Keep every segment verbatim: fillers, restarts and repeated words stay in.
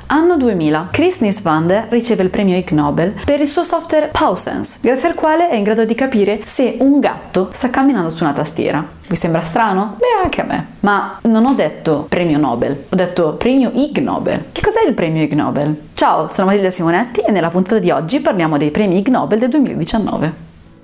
Anno duemila. Chris Nisvander riceve il premio Ig Nobel per il suo software PowSense, grazie al quale è in grado di capire se un gatto sta camminando su una tastiera. Vi sembra strano? Beh, anche a me. Ma non ho detto premio Nobel, ho detto premio Ig Nobel. Che cos'è il premio Ig Nobel? Ciao, sono Matilde Simonetti e nella puntata di oggi parliamo dei premi Ig Nobel del duemiladiciannove.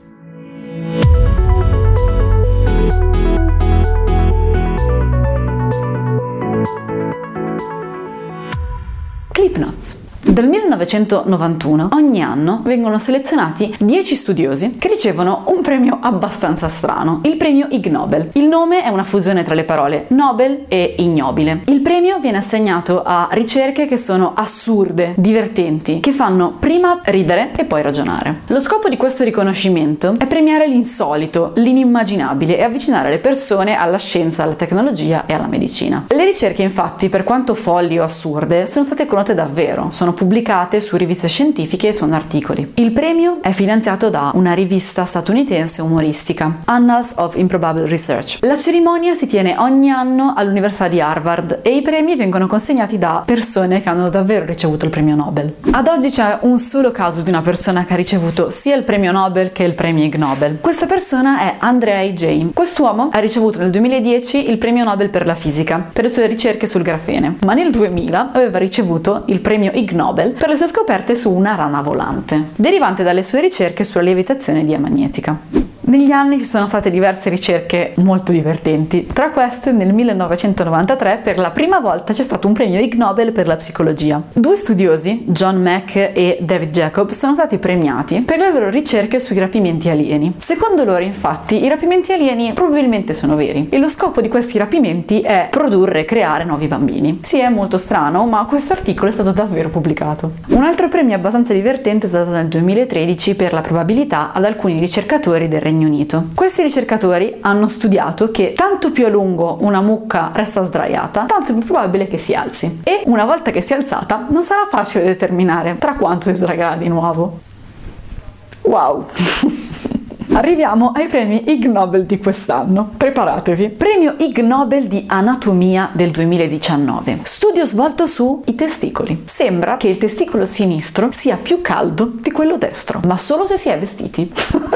ClipNotes. Dal millenovecentonovantuno ogni anno vengono selezionati dieci studiosi che ricevono un premio abbastanza strano, il premio Ig Nobel. Il nome è una fusione tra le parole Nobel e ignobile. Il premio viene assegnato a ricerche che sono assurde, divertenti, che fanno prima ridere e poi ragionare. Lo scopo di questo riconoscimento è premiare l'insolito, l'inimmaginabile e avvicinare le persone alla scienza, alla tecnologia e alla medicina. Le ricerche, infatti, per quanto folli o assurde, sono state condotte davvero, sono pubblicate su riviste scientifiche e sono articoli. Il premio è finanziato da una rivista statunitense umoristica, Annals of Improbable Research. La cerimonia si tiene ogni anno all'Università di Harvard e i premi vengono consegnati da persone che hanno davvero ricevuto il premio Nobel. Ad oggi c'è un solo caso di una persona che ha ricevuto sia il premio Nobel che il premio Ig Nobel. Questa persona è Andrei Jain. Quest'uomo ha ricevuto nel duemiladieci il premio Nobel per la fisica, per le sue ricerche sul grafene, ma nel duemila aveva ricevuto il premio Ig Nobel per le sue scoperte su una rana volante, derivante dalle sue ricerche sulla lievitazione diamagnetica. Negli anni ci sono state diverse ricerche molto divertenti, tra queste nel millenovecentonovantatré per la prima volta c'è stato un premio Ig Nobel per la psicologia. Due studiosi, John Mack e David Jacob, sono stati premiati per le loro ricerche sui rapimenti alieni. Secondo loro, infatti, i rapimenti alieni probabilmente sono veri e lo scopo di questi rapimenti è produrre e creare nuovi bambini. Sì, è molto strano, ma questo articolo è stato davvero pubblicato. Un altro premio abbastanza divertente è stato nel duemilatredici per la probabilità ad alcuni ricercatori del Regno Unito. Questi ricercatori hanno studiato che tanto più a lungo una mucca resta sdraiata, tanto è più probabile che si alzi. E una volta che si è alzata, non sarà facile determinare tra quanto si sdraierà di nuovo. Wow! Arriviamo ai premi Ig Nobel di quest'anno. Preparatevi. Premio Ig Nobel di Anatomia del duemiladiciannove. Studio svolto sui testicoli. Sembra che il testicolo sinistro sia più caldo di quello destro, ma solo se si è vestiti.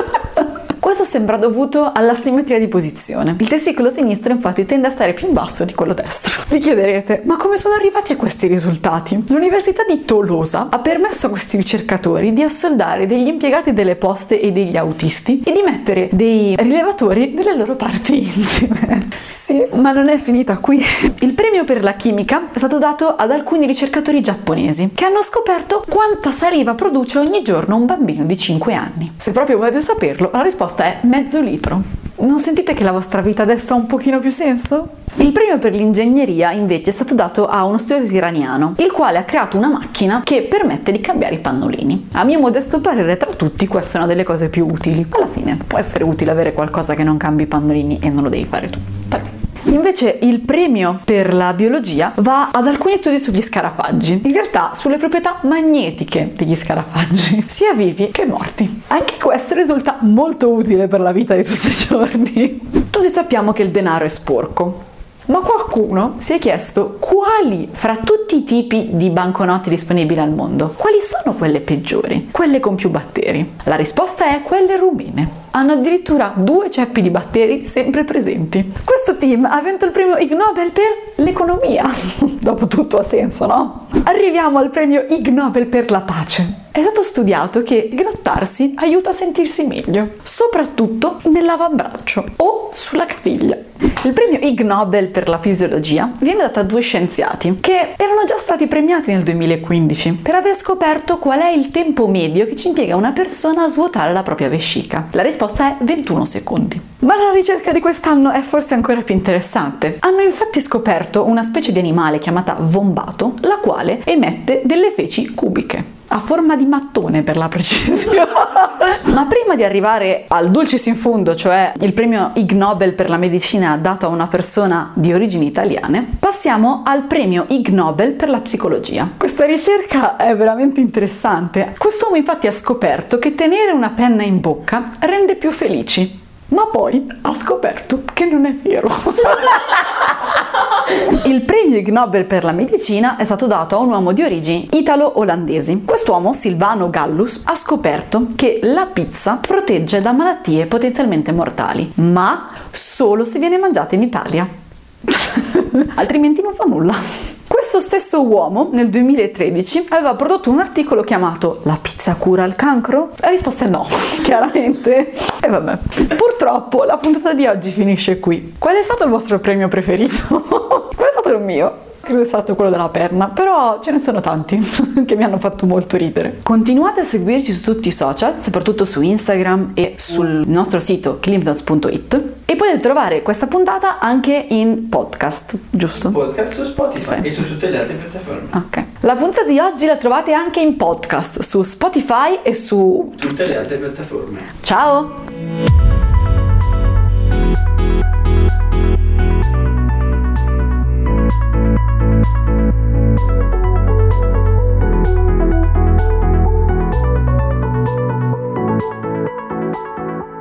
Questo sembra dovuto all'asimmetria di posizione. Il testicolo sinistro infatti tende a stare più in basso di quello destro. Vi chiederete, ma come sono arrivati a questi risultati? L'Università di Tolosa ha permesso a questi ricercatori di assoldare degli impiegati delle poste e degli autisti e di mettere dei rilevatori nelle loro parti intime. Sì, ma non è finita qui. Il premio per la chimica è stato dato ad alcuni ricercatori giapponesi che hanno scoperto quanta saliva produce ogni giorno un bambino di cinque anni. Se proprio volete saperlo, la risposta è mezzo litro. Non sentite che la vostra vita adesso ha un pochino più senso? Il premio per l'ingegneria invece è stato dato a uno studioso iraniano, il quale ha creato una macchina che permette di cambiare i pannolini. A mio modesto parere, tra tutti, questa è una delle cose più utili. Alla fine può essere utile avere qualcosa che non cambi i pannolini e non lo devi fare tu. Dai. Invece il premio per la biologia va ad alcuni studi sugli scarafaggi, in realtà sulle proprietà magnetiche degli scarafaggi, sia vivi che morti. Anche questo risulta molto utile per la vita di tutti i giorni. Tutti sappiamo che il denaro è sporco, ma qualcuno si è chiesto quali fra tutti i tipi di banconote disponibili al mondo, quali sono quelle peggiori, quelle con più batteri? La risposta è quelle rumene. Hanno addirittura due ceppi di batteri sempre presenti. Questo team ha vinto il premio Ig Nobel per l'economia. Dopo tutto ha senso, no? Arriviamo al premio Ig Nobel per la pace. È stato studiato che grattarsi aiuta a sentirsi meglio, soprattutto nell'avambraccio o sulla caviglia. Il premio Ig Nobel per la fisiologia viene dato a due scienziati che erano già stati premiati nel duemilaquindici per aver scoperto qual è il tempo medio che ci impiega una persona a svuotare la propria vescica. La risposta è ventuno secondi. Ma la ricerca di quest'anno è forse ancora più interessante. Hanno infatti scoperto una specie di animale chiamata vombato, la quale emette delle feci cubiche, a forma di mattone per la precisione. Ma prima di arrivare al dulcis in fundo, cioè il premio Ig Nobel per la medicina dato a una persona di origini italiane, passiamo al premio Ig Nobel per la psicologia. Questa ricerca è veramente interessante. Quest'uomo infatti ha scoperto che tenere una penna in bocca rende più felici, ma poi ha scoperto che non è vero. Il premio Ig Nobel per la medicina è stato dato a un uomo di origini italo-olandesi. Quest'uomo, Silvano Gallus, ha scoperto che la pizza protegge da malattie potenzialmente mortali, ma solo se viene mangiata in Italia. Altrimenti non fa nulla. Questo stesso uomo nel duemilatredici aveva prodotto un articolo chiamato "La pizza cura il cancro?" La risposta è no, chiaramente. E vabbè. Purtroppo la puntata di oggi finisce qui. Qual è stato il vostro premio preferito? Qual è stato il mio? Credo sia stato quello della perna, però ce ne sono tanti che mi hanno fatto molto ridere. Continuate a seguirci su tutti i social, soprattutto su Instagram e sul nostro sito climpnotes punto it, e potete trovare questa puntata anche in podcast, giusto? Podcast su Spotify Spotify. e su tutte le altre piattaforme. Ok. La puntata di oggi la trovate anche in podcast su Spotify e su Tutte le altre piattaforme. Ciao!